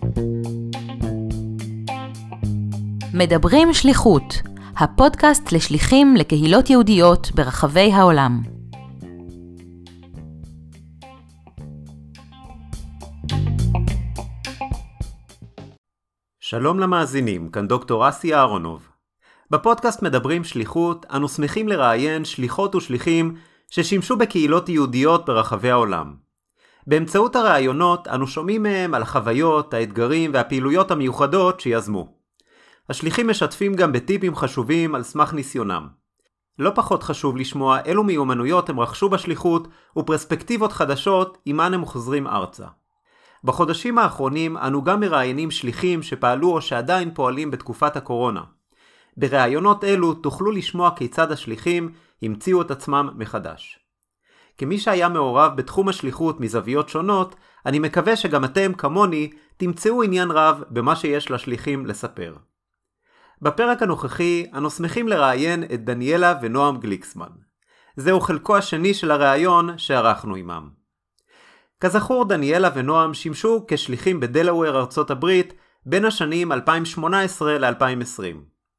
מדברים שליחות, הפודקאסט לשליחים לקהילות יהודיות ברחבי העולם. שלום למאזינים, כאן דוקטור אסי אהרונוב. בפודקאסט מדברים שליחות, אנו שמחים לראיין שליחות ושליחים ששימשו בקהילות יהודיות ברחבי העולם. באמצעות הראיונות אנו שומעים מהם על החוויות, האתגרים והפעילויות המיוחדות שיזמו. השליחים משתפים גם בטיפים חשובים על סמך ניסיונם. לא פחות חשוב לשמוע אילו מיומנויות הם רכשו בשליחות ופרספקטיבות חדשות עימן הם חוזרים ארצה. בחודשים האחרונים אנו גם מראיינים שליחים שפעלו או שעדיין פועלים בתקופת הקורונה. בראיונות אלו תוכלו לשמוע כיצד השליחים המציאו את עצמם מחדש. כמי שהיה מעורב בתחום השליחות מזוויות שונות, אני מקווה שגם אתם כמוני תמצאו עניין רב במה שיש לשליחים לספר. בפרק הנוכחי אנו שמחים לראיין את דניאלה ונועם גליקסמן. זהו חלקו השני של הראיון שערכנו עמם. כזכור, דניאלה ונועם שימשו כשליחים בדלאוור ארצות הברית בין השנים 2018 ל-2020.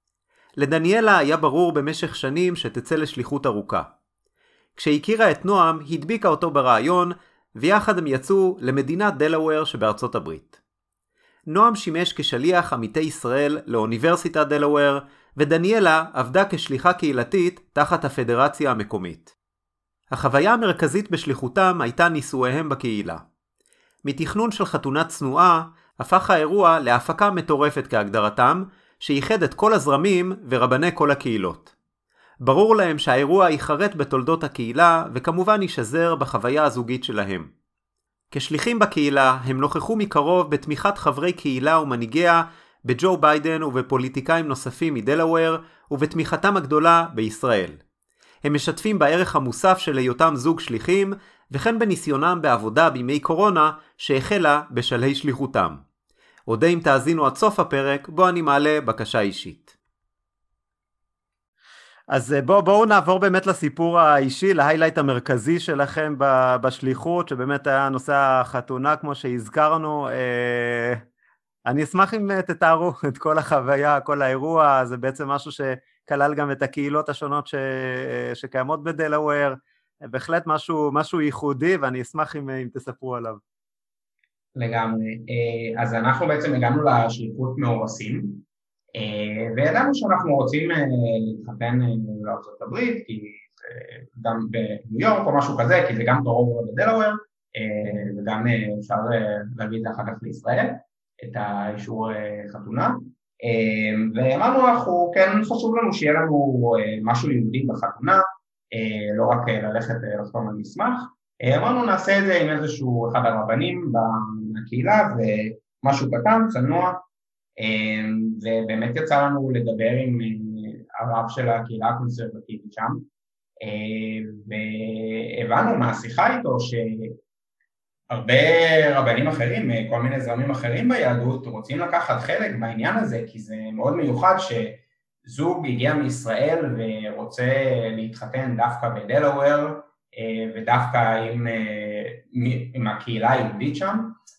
לדניאלה היה ברור במשך שנים שתצא לשליחות ארוכה. כשהכירה את נועם, הדביקה אותו ברעיון, ויחד הם יצאו למדינת דלאוור שבארצות הברית. נועם שימש כשליח עמיתי ישראל לאוניברסיטת דלאוור, ודניאלה עבדה כשליחה קהילתית תחת הפדרציה המקומית. החוויה המרכזית בשליחותם הייתה נישואיהם בקהילה. מתכנון של חתונה צנועה, הפך האירוע להפקה מטורפת כהגדרתם, שייחד את כל הזרמים ורבני כל הקהילות. ברור להם שהאירוע ייחרט בתולדות הקהילה, וכמובן יישזר בחוויה הזוגית שלהם. כשליחים בקהילה, הם נוכחו מקרוב בתמיכת חברי קהילה ומנהיגיה בג'ו ביידן ובפוליטיקאים נוספים מדלאוור, ובתמיכתם הגדולה בישראל. הם משתפים בערך המוסף של היותם זוג שליחים, וכן בניסיונם בעבודה בימי קורונה שהחלה בשלהי שליחותם. אודה אם תאזינו עד סוף הפרק, בו אני מעלה בקשה אישית. אז בואו נעבור באמת לסיפור האישי, להיילייט המרכזי שלכם בשליחות, שבאמת היה נושא החתונה כמו שהזכרנו. אני אשמח אם תתארו את כל החוויה, כל האירוע, זה בעצם משהו שכלל גם את הקהילות השונות שקיימות בדלאוור, בהחלט משהו ייחודי, ואני אשמח אם תספרו עליו. לגמרי. אז אנחנו בעצם הגענו לשליחות מאורסים, וידענו שאנחנו רוצים להתחתן לארצות הברית, כי גם בניו יורק או משהו כזה, כי זה גם קרוב לדלאוור, וגם אפשר להביא את זה אחר כך לישראל, את האישור חתונה. ואמרנו, אנחנו כן חשוב לנו שיהיה לנו משהו יהודי בחתונה, לא רק ללכת לחתום על מסמך. אמרנו נעשה את זה עם איזשהו אחד הרבנים בקהילה, ומשהו קטן, צנוע, ובאמת יצא לנו לדבר עם הרב של הקהילה הקונסרבטיבית שם, והבנו מהשיחה איתו שהרבה רבנים אחרים, כל מיני זרמים אחרים ביהדות, רוצים לקחת חלק בעניין הזה, כי זה מאוד מיוחד שזוג הגיע מישראל ורוצה להתחתן דווקא בדלאוור, ודווקא עם הקהילה היהודית שם.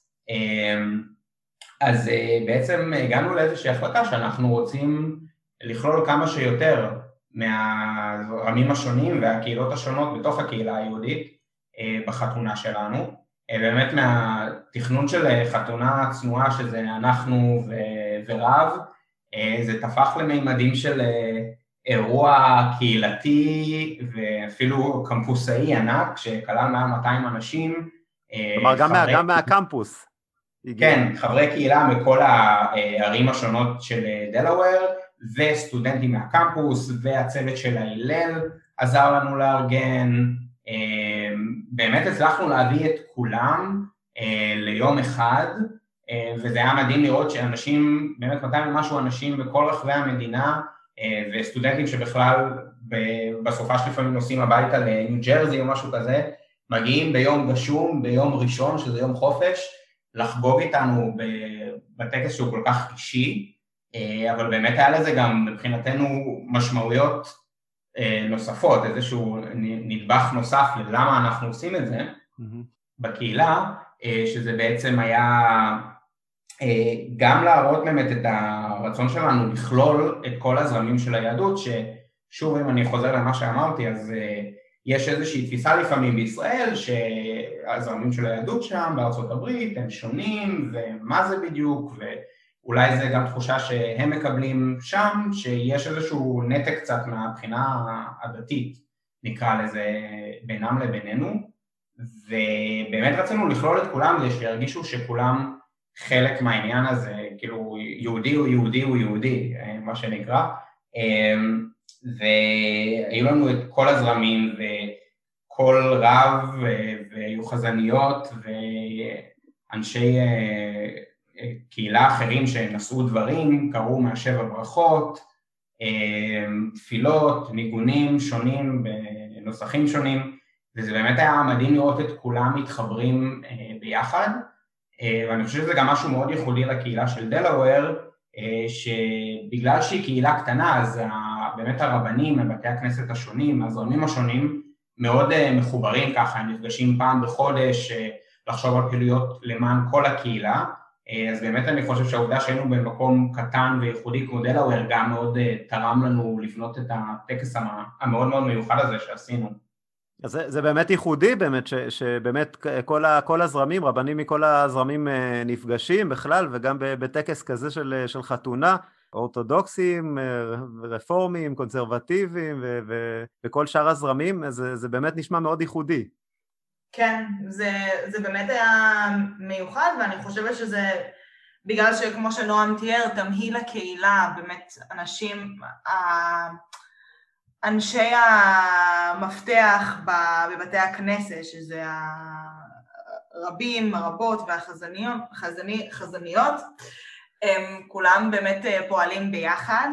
אז בעצם הגענו לאיזושהי החלטה שאנחנו רוצים לכלול כמה שיותר מהזרמים השונים והקהילות השונות בתוך הקהילה היהודית בחתונה שלנו. באמת מהתכנון של חתונה צנועה, שזה אנחנו ורב, זה תפח למימדים של אירוע קהילתי ואפילו קמפוסאי ענק שכלל מעל 200 אנשים. כלומר גם מהקמפוס. כן, חברי קהילה מכל הערים השונות של דלאוור, וסטודנטים מהקמפוס, והצוות של ההלל עזר לנו לארגן. באמת הצלחנו להביא את כולם ליום אחד, וזה היה מדהים לראות שאנשים, באמת 200 ומשהו אנשים בכל רחבי המדינה, וסטודנטים שבכלל בסופה שלפעמים נוסעים הביתה לניו ג'רזי או משהו כזה, מגיעים ביום גשום, ביום ראשון, שזה יום חופש, לחגוג איתנו בטקס שהוא כל כך אישי, אבל באמת היה לזה גם מבחינתנו משמעויות נוספות, איזשהו נדבך נוסף ללמה אנחנו עושים את זה בקהילה, שזה בעצם היה גם להראות באמת את הרצון שלנו לכלול את כל הזרמים של היהדות, ששוב אם אני חוזר למה שאמרתי, אז יש איזושהי תפיסה לפעמים בישראל, שהזרמים של היהדות שם בארצות הברית הם שונים, ומה זה בדיוק, ואולי זה גם תחושה שהם מקבלים שם, שיש איזשהו נתק קצת מהבחינה הדתית, נקרא לזה בינם לבינינו, ובאמת רצינו לכלול את כולם, כדי שירגישו שכולם חלק מהעניין הזה, כאילו יהודי הוא יהודי הוא יהודי, מה שנקרא, והיו לנו את כל הזרמים וכל רב והיו חזניות ואנשי קהילה אחרים שנשאו דברים, קראו מהשבע ברכות, תפילות, ניגונים שונים בנוסחים שונים, וזה באמת היה מדהים לראות את כולם מתחברים ביחד, ואני חושב שזה גם משהו מאוד ייחודי לקהילה של דלוור, שבגלל שהיא קהילה קטנה, אז באמת הרבנים מבתי הכנסת השונים, הזרמים השונים, מאוד מחוברים ככה, הם נפגשים פעם בחודש, לחשוב על פעילויות למען כל הקהילה, אז באמת אני חושב שהעובדה שהיינו במקום קטן וייחודי כמו דלוור, גם מאוד תרם לנו לבנות את הטקס המאוד מאוד מיוחד הזה שעשינו. אז זה באמת ייחודי, באמת, שבאמת כל הזרמים, רבנים מכל הזרמים נפגשים בכלל, וגם בטקס כזה של חתונה, אורתודוקסים, רפורמים, קונסרבטיביים, וכל שאר הזרמים, זה באמת נשמע מאוד ייחודי. כן, זה באמת היה מיוחד, ואני חושבת שזה, בגלל שכמו שנועם תיאר, תמהיל הקהילה, באמת אנשי המפתח בבתי הכנסת, שזה הרבים, הרבות והחזניות, הם כולם באמת פועלים ביחד,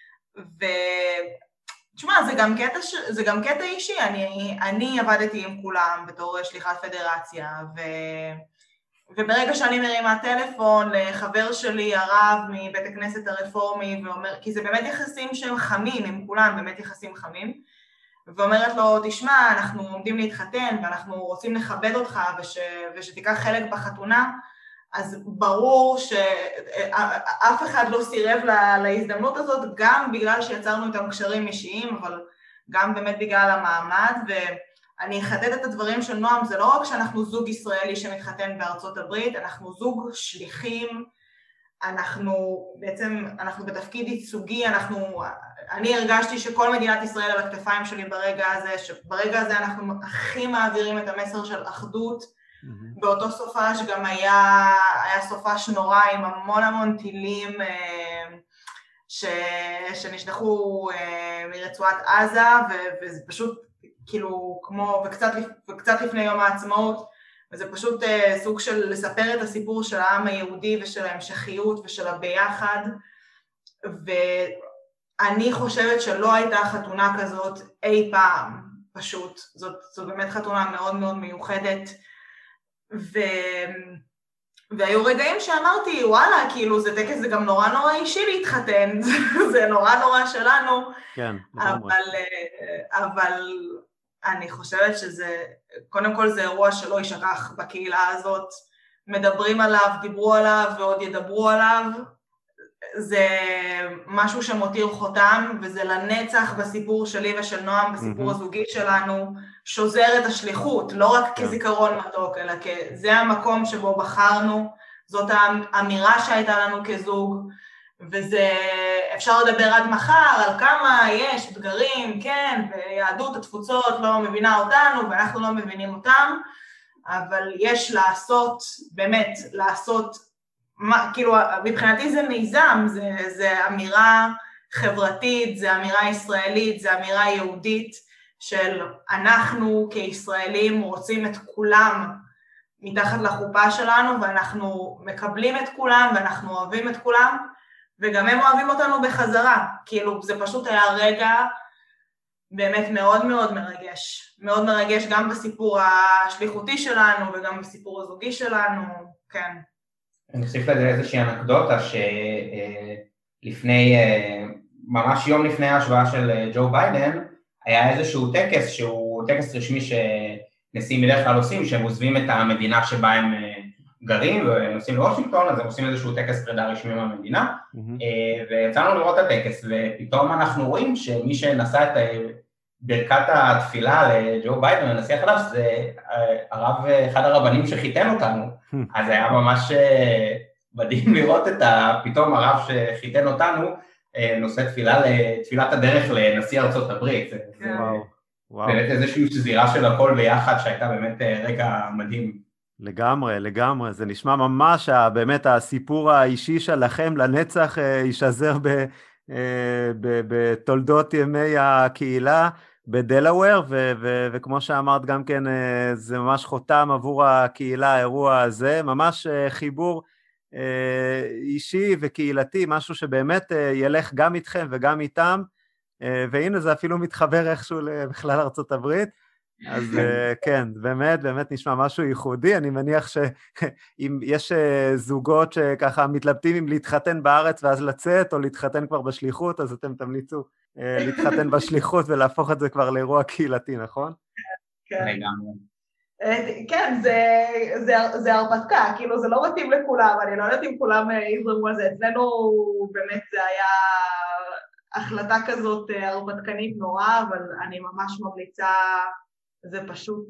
ותשמע, זה גם קטע אישי, אני עבדתי עם כולם בתור שליחת פדרציה, וברגע שאני מרימה טלפון לחבר שלי, הרב מבית הכנסת הרפורמי, ואומר, כי זה באמת יחסים שהם חמים, הם כולם באמת יחסים חמים, ואומרת לו, תשמע, אנחנו עומדים להתחתן, ואנחנו רוצים לכבד אותך, ושתיקח חלק בחתונה, אז ברור שאף אחד לא סירב להזדמנות הזאת, גם בגלל שיצרנו איתם קשרים אישיים, אבל גם באמת בגלל המעמד, אני אחדד את הדברים של נועם, זה לא רק שאנחנו זוג ישראלי שמתחתן בארצות הברית, אנחנו זוג שליחים, אנחנו בתפקיד ייצוגי, אני הרגשתי שכל מדינת ישראל על הכתפיים שלי ברגע הזה, שברגע הזה אנחנו הכי מעבירים את המסר של אחדות, באותו סופש גם היה סופש נורא עם המון טילים שנשלחו מרצועת עזה, וזה פשוט כאילו כמו, וקצת לפני יום העצמאות, וזה פשוט סוג של לספר את הסיפור של העם היהודי ושל ההמשכיות ושל הביחד, ואני חושבת שלא הייתה חתונה כזאת אי פעם, פשוט, זאת באמת חתונה מאוד מאוד מיוחדת, והיו רגעים שאמרתי, וואלה, כאילו זה טקס, זה גם נורא אישי להתחתן, זה נורא שלנו, כן, אבל אני חושבת שזה, קודם כל זה אירוע שלא יישכח בקהילה הזאת, מדברים עליו, דיברו עליו ועוד ידברו עליו, זה משהו שמותיר חותם, וזה לנצח בסיפור שלי ושל נועם, בסיפור הזוגי שלנו, שוזר את השליחות, לא רק כזיכרון מתוק, אלא זה המקום שבו בחרנו, זאת האמירה שהייתה לנו כזוג, וזה אפשר לדבר עד מחר על כמה יש אתגרים, כן, ויהדות התפוצות לא מבינה אותנו, ואנחנו לא מבינים אותם, אבל יש לעשות, באמת, לעשות, כאילו, מבחינתי זה מיזם, זה אמירה חברתית, זה אמירה ישראלית, זה אמירה יהודית, של אנחנו כישראלים רוצים את כולם מתחת לחופה שלנו, ואנחנו מקבלים את כולם, ואנחנו אוהבים את כולם, וגם הם אוהבים אותנו בחזרה, כאילו זה פשוט היה רגע באמת מאוד מרגש, מאוד מרגש גם בסיפור השליחותי שלנו, וגם בסיפור הזוגי שלנו, כן. אני אוסיף לזה איזושהי אנקדוטה, שלפני, ממש יום לפני ההשבעה של ג'ו ביידן, היה איזשהו טקס, שהוא טקס רשמי שנשיאים בדרך כלל עושים, שהם עוזבים את המדינה שבה הם גרים ונוסעים לוושינגטון, אז הם עושים איזשהו טקס פרידה רשמי מהמדינה, ויצאנו לראות את הטקס, ופתאום אנחנו רואים שמי שנשא את ברכת התפילה לג'ו ביידן, הנשיא החדש, זה אחד הרבנים שחיתן אותנו, אז זה היה ממש מדהים לראות פתאום הרב שחיתן אותנו, נושא תפילת הדרך לנשיא ארצות הברית, באמת איזושהי שזירה של הכל ביחד, שהייתה באמת רגע מדהים. לגמרי, לגמרי, זה נשמע ממש באמת הסיפור האישי שלכם לנצח ישזר בתולדות ימי הקהילה בדלאוור, וכמו שאמרת גם כן, זה ממש חותם עבור הקהילה, האירוע הזה, ממש חיבור אישי וקהילתי, משהו שבאמת ילך גם איתכם וגם איתם, והנה זה אפילו מתחבר איכשהו בכלל ארצות הברית, אז כן, באמת נשמע משהו ייחודי, אני מניח שאם יש זוגות שככה מתלבטים אם להתחתן בארץ ואז לצאת, או להתחתן כבר בשליחות, אז אתם תמליצו להתחתן בשליחות ולהפוך את זה כבר לאירוע קהילתי, נכון? כן, זה הרפתקה, כאילו זה לא מתאים לכולם, אני לא יודעת אם כולם יזרמו על זה, אצלנו באמת זה היה החלטה כזאת הרפתקנית נורא, אבל אני ממש ממליצה, זה פשוט,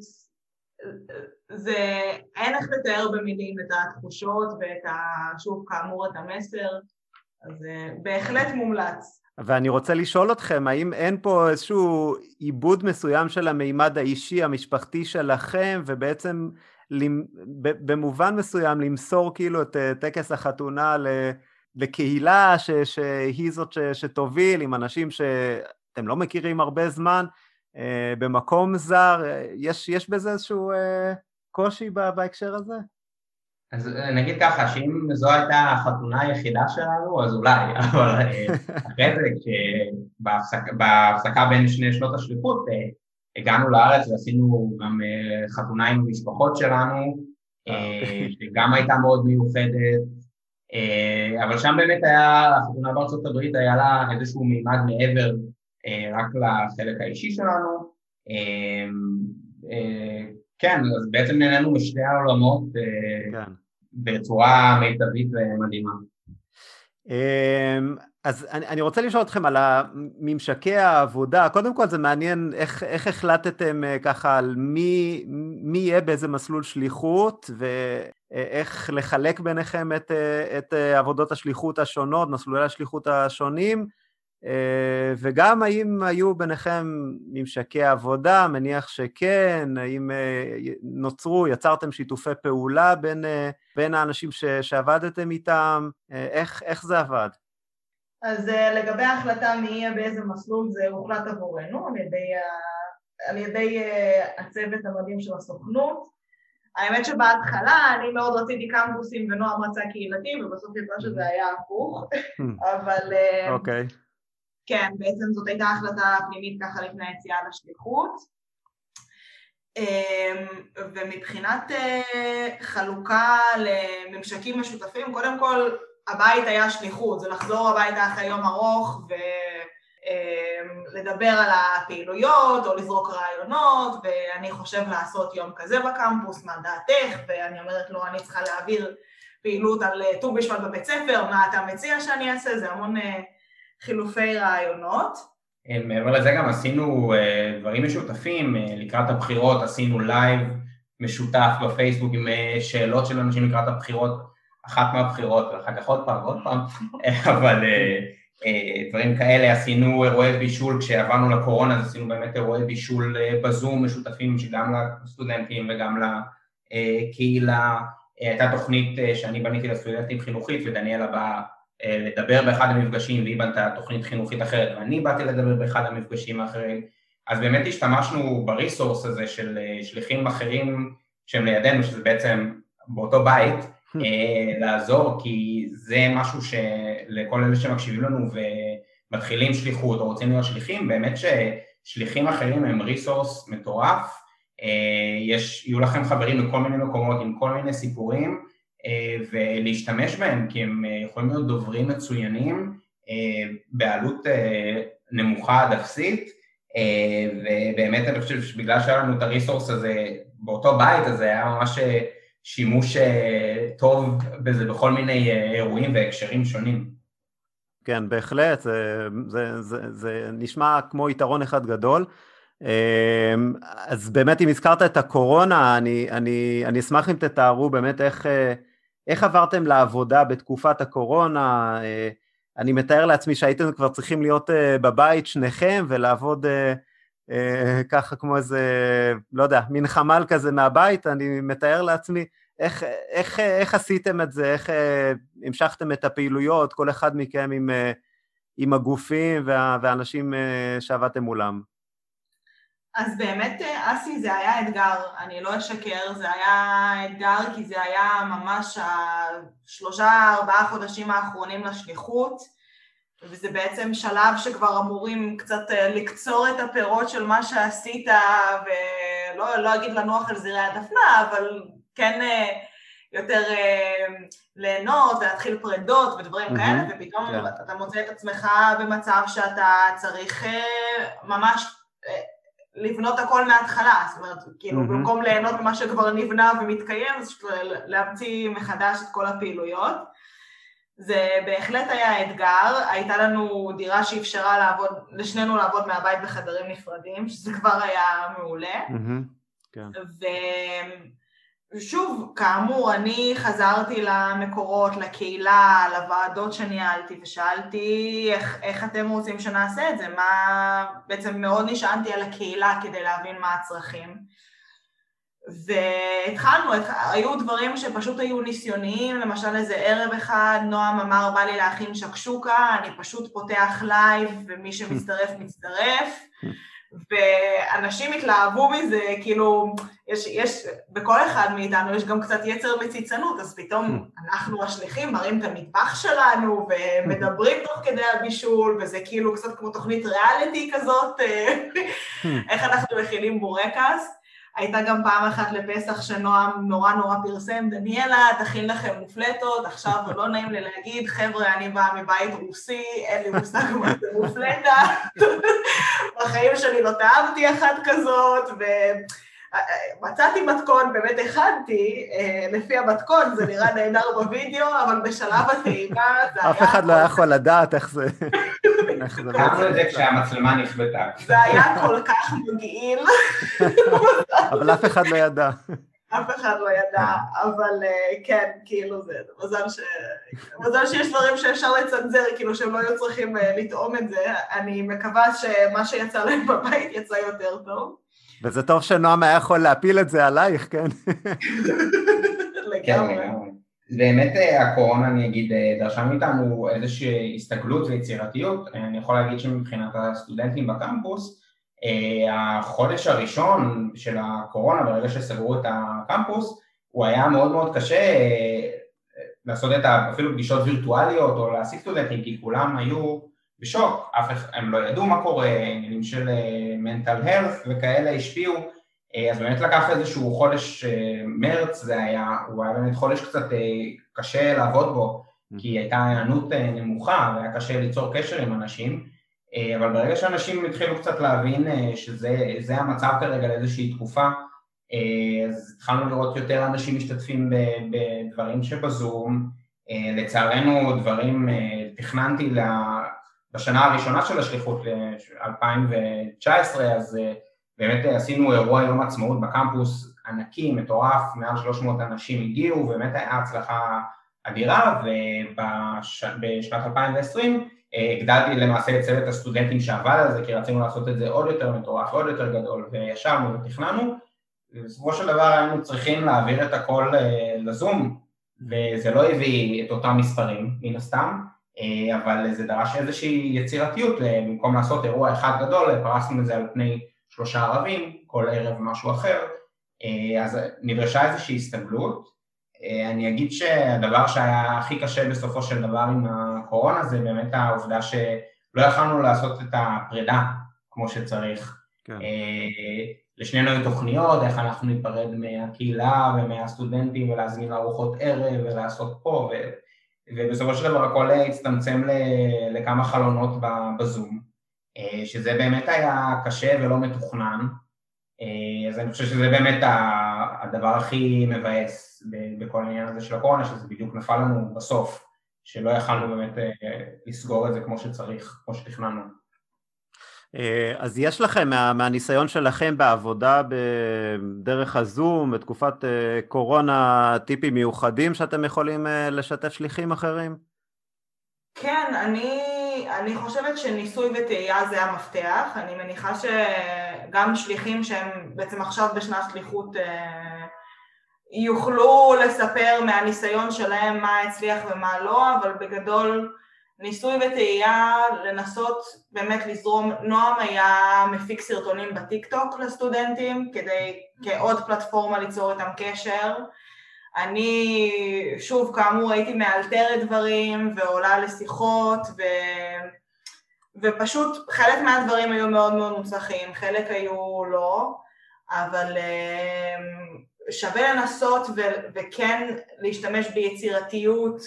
אין איך לתאר במילים את התחושות שוב כאמור את המסר, אז בהחלט מומלץ. ואני רוצה לשאול אתכם, האם אין פה איזשהו עיבוד מסוים של המימד האישי, המשפחתי שלכם, ובעצם במובן מסוים למסור כאילו את טקס החתונה לקהילה שהיא זאת שתוביל, עם אנשים שאתם לא מכירים הרבה זמן, במקום זר, יש בזה איזשהו קושי בהקשר הזה? אז נגיד ככה, שאם זו הייתה החתונה היחידה שלנו, אז אולי, אבל אחרי זה, בהפסקה בין שני שנות השליחות, הגענו לארץ ועשינו גם חתונה עם המשפחות שלנו, שגם הייתה מאוד מיוחדת, אבל שם באמת היה, החתונה בארצות הברית היה לה איזשהו מימד מעבר רק לחלק האישי שלנו, כן, אז בעצם נהנינו משתי העולמות בצורה מיטבית ומדהימה. אז אני רוצה לשאול אתכם על ממשקי העבודה. קודם כל זה מעניין איך החלטתם ככה על מי יהיה באיזה מסלול שליחות, ואיך לחלק ביניכם את עבודות השליחות השונות, מסלולי השליחות השונים, וגם האם היו ביניכם ממשקי עבודה, מניח שכן, האם יצרתם שיתופי פעולה בין האנשים שעבדתם איתם, איך זה עבד? אז לגבי ההחלטה מי יהיה באיזה מסלול, זה הוחלט עבורנו על ידי הצוות המדהים של הסוכנות. האמת שבהתחלה אני מאוד רציתי קמפוסים ונועם רצה קהילתי, ובסוף יצא שזה היה הפוך, אבל כן, בעצם זאת הייתה החלטה פנימית ככה לפני היציאה לשליחות. ומבחינת חלוקה לממשקים משותפים, קודם כל הבית היה שליחות, זה לחזור הביתה אחרי יום ארוך ולדבר על הפעילויות או לזרוק רעיונות, ואני חושב לעשות יום כזה בקמפוס, מה דעתך, ואני אומרת לו אני צריכה להעביר פעילות על ט"ו בשבט בבית ספר, מה אתה מציע שאני אעשה, זה המון חילופי רעיונות. מעבר לזה גם עשינו דברים משותפים, לקראת הבחירות עשינו לייב משותף בפייסבוק עם שאלות של אנשים לקראת הבחירות, אחת מהבחירות ואחר כך עוד פעם, אבל דברים כאלה, עשינו אירועי בישול, כשעברנו לקורונה אז עשינו באמת אירועי בישול בזום משותפים שגם לסטודנטים וגם לקהילה, הייתה תוכנית שאני בניתי לסטודנטים חינוכית ודניאלה באה לדבר באחד המפגשים, והיא בנתה תוכנית חינוכית אחרת, ואני באתי לדבר באחד המפגשים האחרים, אז באמת השתמשנו בריסורס הזה של שליחים אחרים שהם לידינו, שזה בעצם באותו בית, לעזור, כי זה משהו שלכל אלה שמקשיבים לנו ומתחילים שליחות או רוצים להיות שליחים, באמת ששליחים אחרים הם ריסורס מטורף, יהיו לכם חברים בכל מיני מקומות עם כל מיני סיפורים, ולהשתמש בהם, כי הם יכולים להיות דוברים מצוינים, בעלות נמוכה עד אפסית, ובאמת אני חושב שבגלל שהיה לנו את הריסורס הזה באותו בית, אז זה היה ממש שימוש טוב בזה בכל מיני אירועים והקשרים שונים. כן, בהחלט, זה נשמע כמו יתרון אחד גדול. אז באמת אם הזכרת את הקורונה, אני אשמח אם תתארו באמת איך עברתם לעבודה בתקופת הקורונה. אני מתאר לעצמי שהייתם כבר צריכים להיות בבית שניכם ולעבוד ככה כמו איזה, לא יודע, מין חמל כזה מהבית. אני מתאר לעצמי איך עשיתם את זה, איך המשכתם את הפעילויות, כל אחד מכם עם הגופים והאנשים שעבדתם מולם. אז באמת, אסי, זה היה אתגר, אני לא אשקר, זה היה אתגר כי זה היה ממש 3-4 חודשים האחרונים לשליחות, וזה בעצם שלב שכבר אמורים קצת לקצור את הפירות של מה שעשית, ולא אגיד לנוח על זירי הדפנה, אבל כן יותר ליהנות ולהתחיל פרדות ודברים כאלה, ופתאום אתה מוצא את עצמך במצב שאתה צריך ממש לבנות הכל מההתחלה, זאת אומרת, כאילו, במקום ליהנות ממה שכבר נבנה ומתקיים, אז להמציא מחדש את כל הפעילויות. זה בהחלט היה אתגר, הייתה לנו דירה שאפשרה לשנינו לעבוד מהבית בחדרים נפרדים, שזה כבר היה מעולה. ושוב, כאמור, אני חזרתי למקורות, לקהילה, לוועדות שניהלתי, ושאלתי איך אתם רוצים שנעשה את זה, בעצם מאוד נשענתי על הקהילה כדי להבין מה הצרכים. והתחלנו, היו דברים שפשוט היו ניסיוניים, למשל איזה ערב אחד, נועם אמר, בא לי להכין שקשוקה, אני פשוט פותח לייב, ומי שמצטרף מצטרף, ואנשים התלהבו מזה, כאילו, בכל אחד מאיתנו יש גם קצת יצר מציצנות, אז פתאום אנחנו השליחים מראים את המטבח שלנו, ומדברים תוך כדי הבישול, וזה כאילו קצת כמו תוכנית ריאליטי כזאת, איך אנחנו מכינים בורקס. הייתה גם פעם אחת לפסח שנועם נורא פרסם, דניאלה, תכין לכם מופלטות, עכשיו לא נעים לי להגיד, חבר'ה, אני באה מבית רוסי, אין לי מושג מה זה מופלטה, בחיים שלי לא טעמתי אחת כזאת, ומצאתי מתכון, באמת הכנתי, לפי המתכון, זה נראה נהדר בווידאו, אבל בשלב הטעימה, זה היה... אף אחד לא יכול לדעת איך זה... קראנו את זה כשהמצלמה נכבתה. זה היה כל כך מגעיל. אבל אף אחד לא ידע. אף אחד לא ידע, אבל כן, כאילו זה מזל שיש דברים שאפשר לצנזר, כאילו שהם לא היו צריכים לטעום את זה. אני מקווה שמה שיצא להם בבית יצא יותר טוב. וזה טוב שנועם היה יכול להפיל את זה עלייך, כן? לגמרי. באמת הקורונה, אני אגיד, דרשה מאיתנו איזושהי הסתגלות ויצירתיות. אני יכול להגיד שמבחינת הסטודנטים בקמפוס, החודש הראשון של הקורונה, ברגע שסגרו את הקמפוס, הוא היה מאוד מאוד קשה לעשות את אפילו פגישות וירטואליות או להשיג סטודנטים, כי כולם היו בשוק, הם לא ידעו מה קורה, עניינים של mental health וכאלה השפיעו, אז באמת לקח איזשהו חודש מרץ, הוא היה באמת חודש קצת קשה לעבוד בו, כי הייתה הענות נמוכה והיה קשה ליצור קשר עם אנשים, אבל ברגע שאנשים התחילו קצת להבין שזה המצב כרגע לאיזושהי תקופה, אז התחלנו לראות יותר אנשים משתתפים בדברים שבזום, לצערנו דברים תכננתי בשנה הראשונה של השליחות, 2019, אז באמת עשינו אירוע יום עצמאות בקמפוס ענקי, מטורף, מעל 300 אנשים הגיעו, באמת היה הצלחה אדירה, ובשנת 2020 הגדלתי למעשה את צוות הסטודנטים שעבד על זה, כי רצינו לעשות את זה עוד יותר מטורף, עוד יותר גדול, וישבנו ותכננו, ובסופו של דבר היינו צריכים להעביר את הכל לזום, וזה לא הביא את אותם מספרים, מן הסתם, אבל זה דרש איזושהי יצירתיות, במקום לעשות אירוע אחד גדול, פרסנו את זה על פני 3 ערבים, כל ערב משהו אחר, אז נדרשה איזושהי הסתגלות. אני אגיד שהדבר שהיה הכי קשה בסופו של דבר עם הקורונה, זה באמת העובדה שלא יכולנו לעשות את הפרידה כמו שצריך. כן. לשנינו היו תוכניות, איך אנחנו ניפרד מהקהילה ומהסטודנטים, ולהזמין לארוחות ערב ולעשות פה, ובסופו של דבר הכל הצטמצם לכמה חלונות בזום, שזה באמת היה קשה ולא מתוכנן, אז אני חושב שזה באמת הדבר הכי מבאס בכל העניין הזה של הקורונה, שזה בדיוק נפל לנו בסוף, שלא יכלנו באמת לסגור את זה כמו שצריך, כמו שתכננו. אז יש לכם, מהניסיון שלכם בעבודה בדרך הזום, בתקופת קורונה, טיפים מיוחדים שאתם יכולים לשתף שליחים אחרים? כן, אני חושבת שניסוי וטעייה זה המפתח. אני מניחה שגם שליחים שהם בעצם עכשיו בשנת שליחות יוכלו לספר מהניסיון שלהם מה הצליח ומה לא, אבל בגדול ניסוי וטעייה, לנסות באמת לזרום. נועם היה מפיק סרטונים בטיק-טוק לסטודנטים, כדי כעוד פלטפורמה ליצור איתם קשר. אני, שוב, כאמור, הייתי מאלתרת דברים ועולה לשיחות, ופשוט חלק מהדברים היו מאוד מאוד מוצלחים, חלק היו לא, אבל שווה לנסות וכן להשתמש ביצירתיות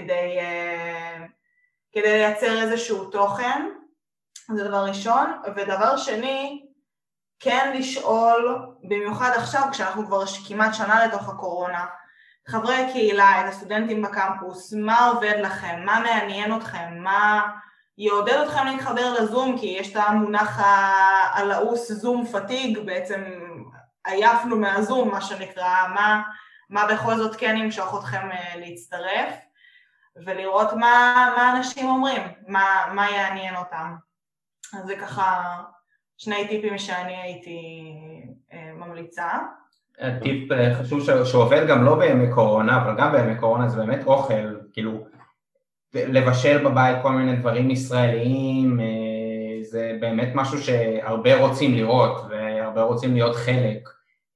כדי לייצר איזשהו תוכן, זה דבר ראשון. ודבר שני, כן לשאול, במיוחד עכשיו כשאנחנו כבר כמעט שנה לתוך הקורונה, חברי הקהילה, את הסטודנטים בקמפוס, מה עובד לכם, מה מעניין אתכם, מה יעודד אתכם להתחבר לזום, כי יש את המונח הלעוס זום פטיג, בעצם עייפנו מהזום, מה שנקרא, מה בכל זאת כן ימשוך אתכם להצטרף, ולראות מה אנשים אומרים, מה יעניין אותם. אז זה ככה שני טיפים שאני הייתי ממליצה. טיפ חשוב שעובד גם לא בימי קורונה, אבל גם בימי קורונה זה באמת אוכל, כאילו לבשל בבית כל מיני דברים ישראליים, זה באמת משהו שהרבה רוצים לראות והרבה רוצים להיות חלק.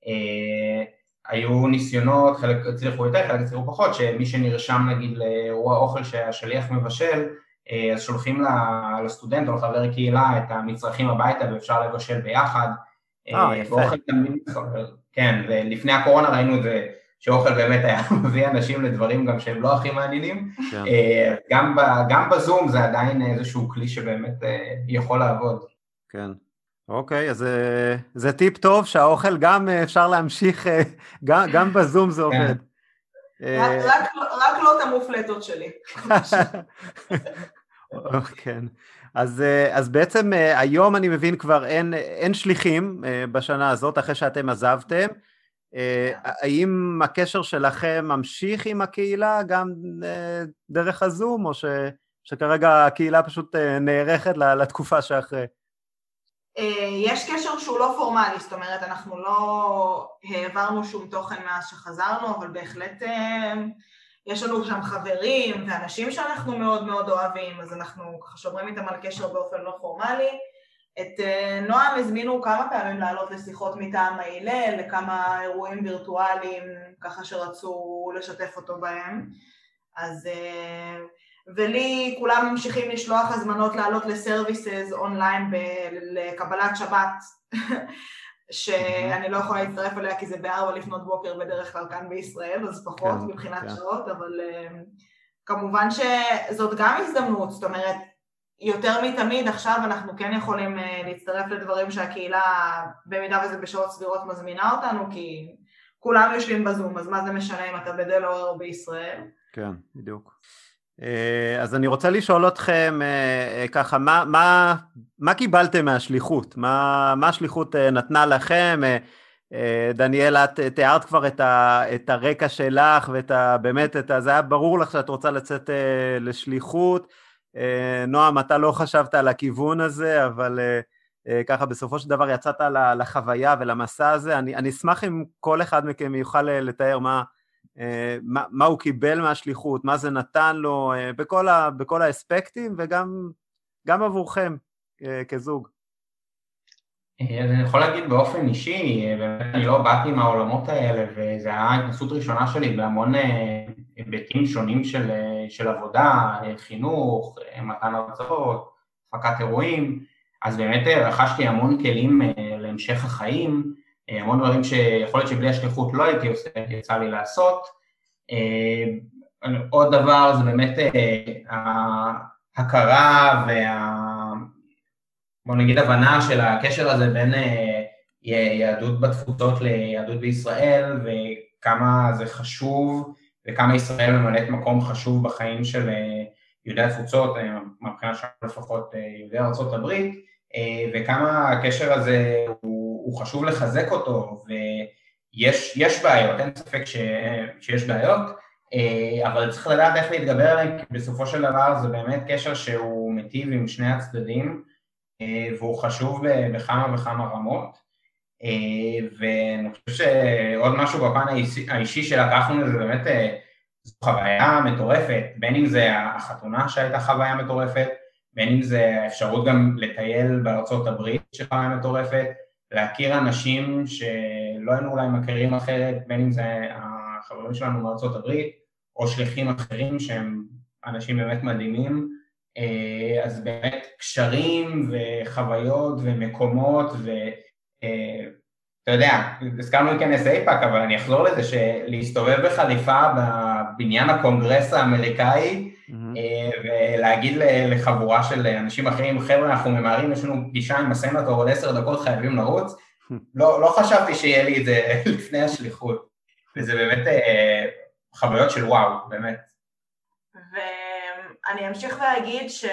היו ניסיונות, חלק הצליחו יותר, חלק הצליחו פחות, שמי שנרשם נגיד לאירוע אוכל שהשליח מבשל, אז שולחים לסטודנט או לחבר קהילה את המצרכים הביתה ואפשר לבשל ביחד. ואוכל תמיד, כן, ולפני הקורונה ראינו את זה, שאוכל באמת היה מביא אנשים לדברים גם שהם לא הכי מעניינים. גם בזום זה עדיין איזשהו כלי שבאמת יכול לעבוד. כן. אוקיי, אז זה טיפ טוב שהאוכל גם אפשר להמשיך, גם בזום זה עובד. רק לא את המופלטות שלי. כן, אז בעצם היום אני מבין כבר אין שליחים בשנה הזאת אחרי שאתם עזבתם. האם הקשר שלכם ממשיך עם הקהילה גם דרך הזום, או שכרגע הקהילה פשוט נערכת לתקופה שאחרי? יש קשר שהוא לא פורמלי, זאת אומרת, אנחנו לא העברנו שום תוכן מאז שחזרנו, אבל בהחלט יש לנו שם חברים ואנשים שאנחנו מאוד מאוד אוהבים, אז אנחנו שומרים איתם על קשר באופן לא פורמלי. את נועם הזמינו כמה פעמים לעלות לשיחות מטעם ההלל, לכמה אירועים וירטואליים ככה שרצו לשתף אותו בהם. אז ולי כולם ממשיכים לשלוח הזמנות לעלות לסרוויסס אונליין לקבלת שבת, שאני לא יכולה להצטרף אליה כי זה ב4 לפנות בוקר בדרך כלל כאן בישראל, אז פחות מבחינת שעות, אבל כמובן שזאת גם הזדמנות, זאת אומרת, יותר מתמיד עכשיו אנחנו כן יכולים להצטרף לדברים שהקהילה, במידה וזה בשעות סבירות, מזמינה אותנו, כי כולם יושבים בזום, אז מה זה משנה אם אתה בדלוור או בישראל? כן, בדיוק. אז אני רוצה לשאול אתכם ככה, מה קיבלתם מהשליחות? מה השליחות נתנה לכם? דניאל, את תיארת כבר את הרקע שלך, באמת, זה היה ברור לך שאת רוצה לצאת לשליחות. נועם, אתה לא חשבת על הכיוון הזה, אבל ככה בסופו של דבר יצאת לחוויה ולמסע הזה. אני אשמח אם כל אחד מכם יוכל לתאר מה הוא קיבל מהשליחות, מה זה נתן לו, בכל האספקטים, וגם עבורכם כזוג. אז אני יכול להגיד באופן אישי, באמת אני לא באתי מהעולמות האלה, וזו הייתה התנסות ראשונה שלי בהמון היבטים שונים של עבודה, חינוך, מתן הרצאות, הפקת אירועים, אז באמת רכשתי המון כלים להמשך החיים, המון דברים שיכול להיות שבלי השליחות לא הייתי עושה, יצא לי לעשות. עוד דבר זה באמת ההכרה בוא נגיד הבנה של הקשר הזה בין יהדות בתפוצות ליהדות בישראל, וכמה זה חשוב, וכמה ישראל ממלאת מקום חשוב בחיים של יהודי התפוצות, מבחינה שלנו לפחות יהודי ארצות הברית, וכמה הקשר הזה הוא חשוב לחזק אותו, ויש בעיות, אין ספק שיש בעיות, אבל צריך לדעת איך להתגבר עליהם, כי בסופו של דבר זה באמת קשר שהוא מיטיב עם שני הצדדים, והוא חשוב בכמה וכמה רמות, ואני חושב שעוד משהו בפן האישי שלקחנו לזה באמת זו חוויה מטורפת, בין אם זה החתונה שהייתה חוויה מטורפת, בין אם זה האפשרות גם לטייל בארצות הברית שחוויה מטורפת, להכיר אנשים שלא היינו אולי מכירים אחרת, בין אם זה החברים שלנו בארצות הברית, או שליחים אחרים שהם אנשים באמת מדהימים, אז באמת קשרים וחוויות ומקומות, אתה יודע, הזכרנו להיכנס איפאק, אבל אני אחזור לזה שלהסתובב בחליפה בבניין הקונגרס האמריקאי, ולהגיד לחבורה של אנשים אחרים, חבר'ה, אנחנו ממהרים, יש לנו פגישה עם הסנטור עוד 10 דקות, חייבים לרוץ, לא חשבתי שיהיה לי את זה לפני השליחות, וזה באמת חוויות של וואו, באמת. ואני אמשיך להגיד שזה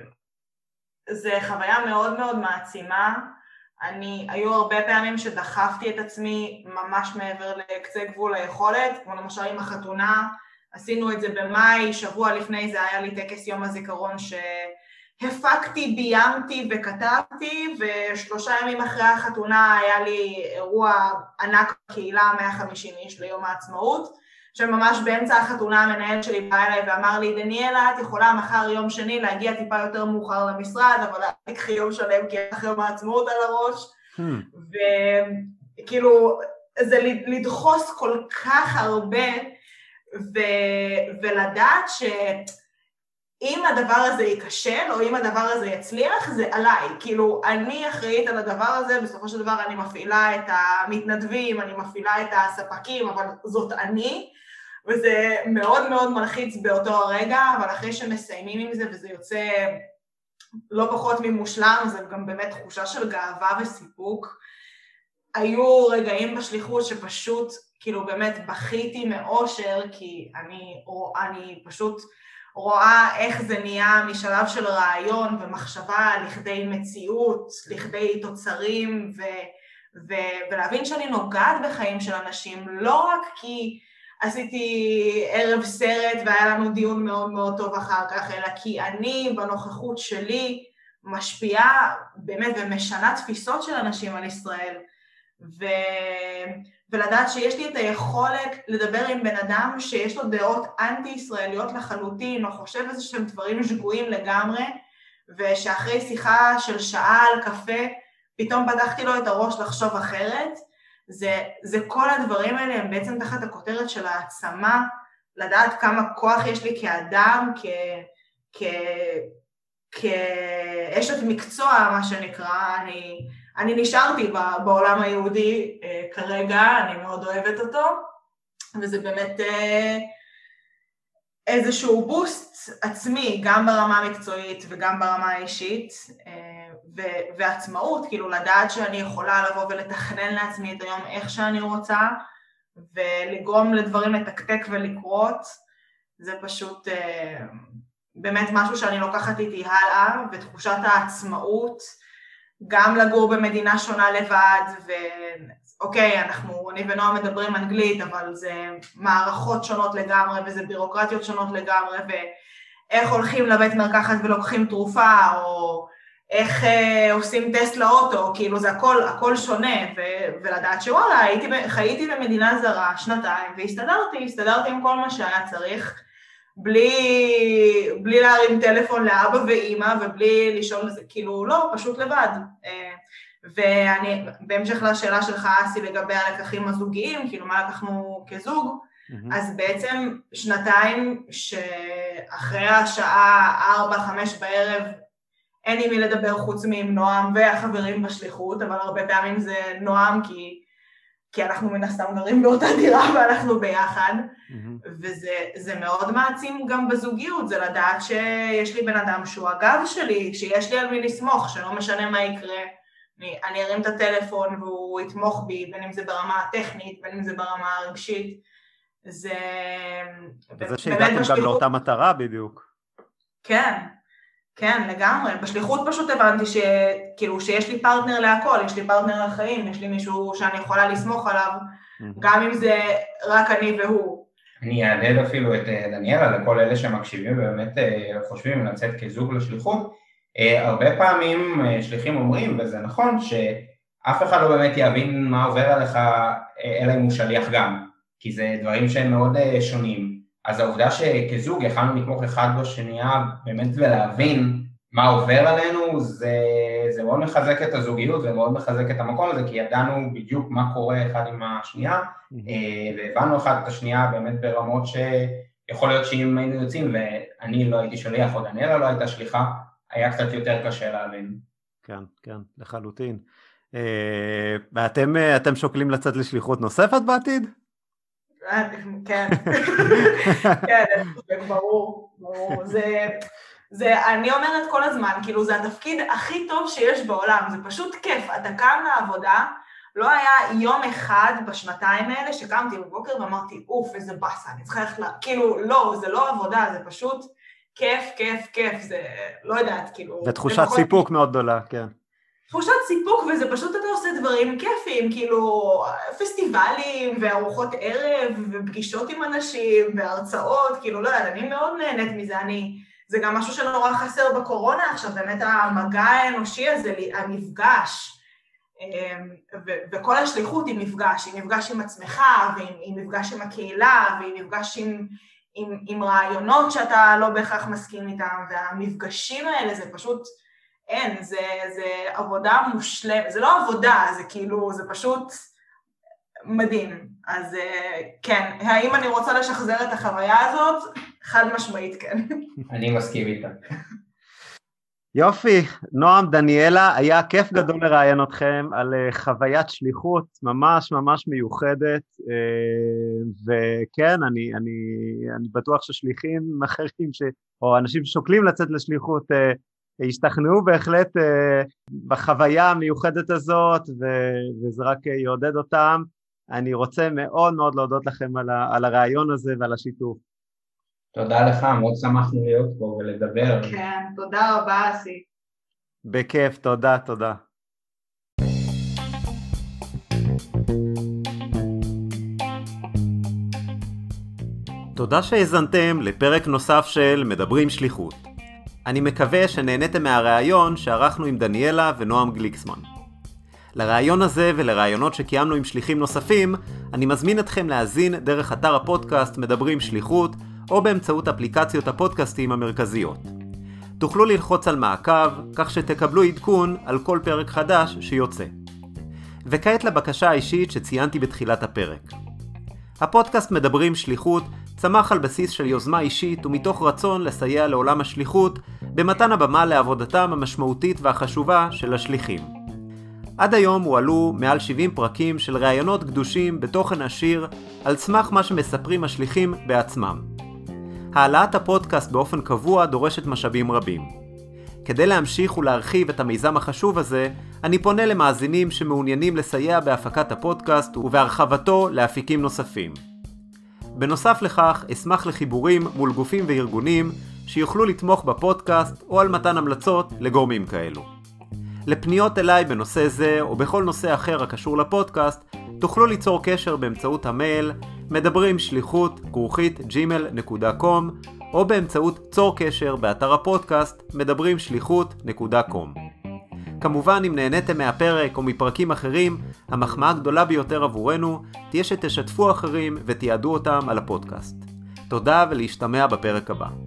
חוויה מאוד מאוד מעצימה, היו הרבה פעמים שדחפתי את עצמי ממש מעבר לקצה גבול היכולת, כמו למשל עם החתונה, עשינו את זה במאי, שבוע לפני זה היה לי טקס יום הזיכרון שהפקתי, ביימתי וכתבתי, ו3 ימים אחרי החתונה היה לי אירוע ענק בקהילה, 150 איש ליום העצמאות, שממש באמצע החתונה המנהל שלי בא אליי ואמר לי, דניאלה, את יכולה מחר יום שני להגיע טיפה יותר מאוחר למשרד, אבל תקחי יום שלם כי אחרי יום העצמאות על הראש, וכאילו זה לדחוס כל כך הרבה, ולדעת שאם הדבר הזה ייכשל, או אם הדבר הזה יצליח, זה עליי, כאילו אני אחראית על הדבר הזה, בסופו של דבר אני מפעילה את המתנדבים, אני מפעילה את הספקים, אבל זאת אני, וזה מאוד מאוד מלחיץ באותו הרגע, אבל אחרי שמסיימים עם זה וזה יוצא לא פחות ממושלם, זה גם באמת תחושה של גאווה וסיפוק. היו רגעים בשליחות שפשוט כאילו באמת בכיתי מאושר, כי אני פשוט רואה איך זה נהיה משלב של רעיון ומחשבה לכדי מציאות, לכדי תוצרים, ולהבין שאני נוגעת בחיים של אנשים, לא רק כי עשיתי ערב סרט והיה לנו דיון מאוד מאוד טוב אחר כך, אלא כי אני בנוכחות שלי משפיעה באמת ומשנה תפיסות של אנשים על ישראל, ולדעת שיש לי את היכולת לדבר עם בן אדם שיש לו דעות אנטי-ישראליות לחלוטין, או חושב איזה שהם דברים שגויים לגמרי, ושאחרי שיחה של שעה על קפה, פתאום פתחתי לו את הראש לחשוב אחרת. זה כל הדברים האלה הם בעצם תחת הכותרת של העצמה, לדעת כמה כוח יש לי כאדם, כאשת מקצוע, מה שנקרא. אני נשארתי בעולם היהודי כרגע, אני מאוד אוהבת אותו, וזה באמת איזשהו בוסט עצמי, גם ברמה המקצועית וגם ברמה האישית, ועצמאות, כאילו לדעת שאני יכולה לבוא ולתכנן לעצמי את היום איך שאני רוצה, ולגרום לדברים לתקתק ולקרות, זה פשוט באמת משהו שאני לוקחת איתי הלאה, ותחושת העצמאות, גם לגור במדינה שונה לבד, ואוקיי, אני ונועה מדברים אנגלית, אבל זה מערכות שונות לגמרי, וזה בירוקרטיות שונות לגמרי, ואיך הולכים לבית מרקחת ולוקחים תרופה, או איך עושים טסט לאוטו, כאילו זה הכל שונה, ולדעת שוואלה, חייתי במדינה זרה 2 והסתדרתי עם כל מה שהיה צריך, בלי להרים טלפון לאבא ואמא, ובלי לשאול לזה, כאילו לא, פשוט לבד. ואני, בהמשך לשאלה שלך, אסי, לגבי הלקחים הזוגיים, כאילו מה לקחנו כזוג, אז בעצם 2 שאחרי השעה 4-5 בערב, אין עם מי לדבר חוץ מעם נועם והחברים בשליחות, אבל הרבה פעמים זה נועם כי אנחנו מן הסתם גרים באותה דירה ואנחנו ביחד, וזה מאוד מעצים גם בזוגיות, זה לדעת שיש לי בן אדם שהוא הגב שלי, שיש לי על מי לסמוך, שלא משנה מה יקרה, אני ארים את הטלפון והוא יתמוך בי, בין אם זה ברמה הטכנית, בין אם זה ברמה הרגשית. זה שהגעתם גם לאותה מטרה בדיוק. כן, כן, לגמרי. בשליחות פשוט הבנתי שכאילו שיש לי פרטנר להכל, יש לי פרטנר לחיים, יש לי מישהו שאני יכולה לסמוך עליו, גם אם זה רק אני והוא. אני אעדד אפילו את דניאלה לכל אלה שמקשיבים ובאמת חושבים לצאת כזוג לשליחות. הרבה פעמים שליחים אומרים, וזה נכון, שאף אחד לא באמת יבין מה עובר עליך, אלא אם הוא שליח גם, כי זה דברים שהם מאוד שונים. אז העובדה שכזוג יכלנו לתמוך אחד בשנייה באמת ולהבין מה עובר עלינו, זה מאוד מחזק את הזוגיות, זה מאוד מחזק את המקום הזה, כי ידענו בדיוק מה קורה אחד עם השנייה, והבנו אחד את השנייה באמת ברמות שיכול להיות שאם היינו יוצאים, ואני לא הייתי שליח, או דניאלה לא הייתה שליחה, היה קצת יותר קשה להבין. כן, כן, לחלוטין. ואתם שוקלים לצאת לשליחות נוספת בעתיד? כן, כן, ברור, ברור. אני אומרת כל הזמן, כאילו זה התפקיד הכי טוב שיש בעולם, זה פשוט כיף. אתה קם לעבודה, לא היה יום אחד בשנתיים האלה שקמתי בבוקר ואמרתי, אוף, איזה בסה, אני צריכה ללכת כאילו, לא, זה לא עבודה, זה פשוט כיף, כיף, כיף, זה לא יודעת, כאילו... ותחושת סיפוק מאוד גדולה, כן. תחושת סיפוק, וזה פשוט אתה עושה דברים כיפים, כאילו פסטיבלים וארוחות ערב ופגישות עם אנשים והרצאות, כאילו לא יודעת, אני מאוד נהנית מזה, זה גם משהו שנורא חסר בקורונה עכשיו, באמת המגע האנושי הזה, המפגש, וכל השליחות היא מפגש עם עצמך, והיא מפגש עם הקהילה, והיא מפגש עם רעיונות שאתה לא בהכרח מסכים איתם, והמפגשים האלה זה פשוט... אין, זה עבודה מושלמת, זה לא עבודה, זה כאילו, זה פשוט מדהים. אז כן, האם אני רוצה לשחזר את החוויה הזאת? חד משמעית, כן. אני מסכים איתה. יופי, נועם, דניאלה, היה כיף גדול לראיין אתכם על חוויית שליחות ממש ממש מיוחדת, וכן, אני בטוח ששליחים אחרים, או אנשים ששוקלים לצאת לשליחות, השתכנעו בהחלט בחוויה המיוחדת הזאת, וזה רק יעודד אותם. אני רוצה מאוד מאוד להודות לכם על הרעיון הזה ועל השיתוף. תודה לך, מאוד שמחנו להיות פה ולדבר. כן, תודה רבה, אסי. בכיף, תודה, תודה. תודה שהאזנתם לפרק נוסף של מדברים שליחות. אני מקווה שנהניתם מהרעיון שערכנו עם דניאלה ונועם גליקסמן. לרעיון הזה ולרעיונות שקיימנו עם שליחים נוספים, אני מזמין אתכם להאזין דרך אתר הפודקאסט מדברים שליחות, או באמצעות אפליקציות הפודקאסטים המרכזיות. תוכלו ללחוץ על מעקב, כך שתקבלו עדכון על כל פרק חדש שיוצא. וכעת לבקשה האישית שציינתי בתחילת הפרק. הפודקאסט מדברים שליחות צמח על בסיס של יוזמה אישית ומתוך רצון לסייע לעולם השליחות במתן הבמה לעבודתם המשמעותית והחשובה של השליחים. עד היום הועלו מעל 70 פרקים של ראיונות קדושים בתוכן עשיר על סמך מה שמספרים השליחים בעצמם. העלאת הפודקאסט באופן קבוע דורשת משאבים רבים. כדי להמשיך ולהרחיב את המיזם החשוב הזה, אני פונה למאזינים שמעוניינים לסייע בהפקת הפודקאסט ובהרחבתו לאפיקים נוספים. בנוסף לכך, אשמח לחיבורים מול גופים וארגונים שיוכלו לתמוך בפודקאסט או על מתן המלצות לגורמים כאלו. לפניות אליי בנושא זה או בכל נושא אחר הקשור לפודקאסט, תוכלו ליצור קשר באמצעות המייל מדבריםשליחות@gmail.com או באמצעות צור קשר באתר הפודקאסט מדברימשליחות.com. כמובן, אם נהניתם מהפרק או מפרקים אחרים, המחמאה הגדולה ביותר עבורנו תהיה שתשתפו אחרים ותיעדו אותם על הפודקאסט. תודה ולהשתמע בפרק הבא.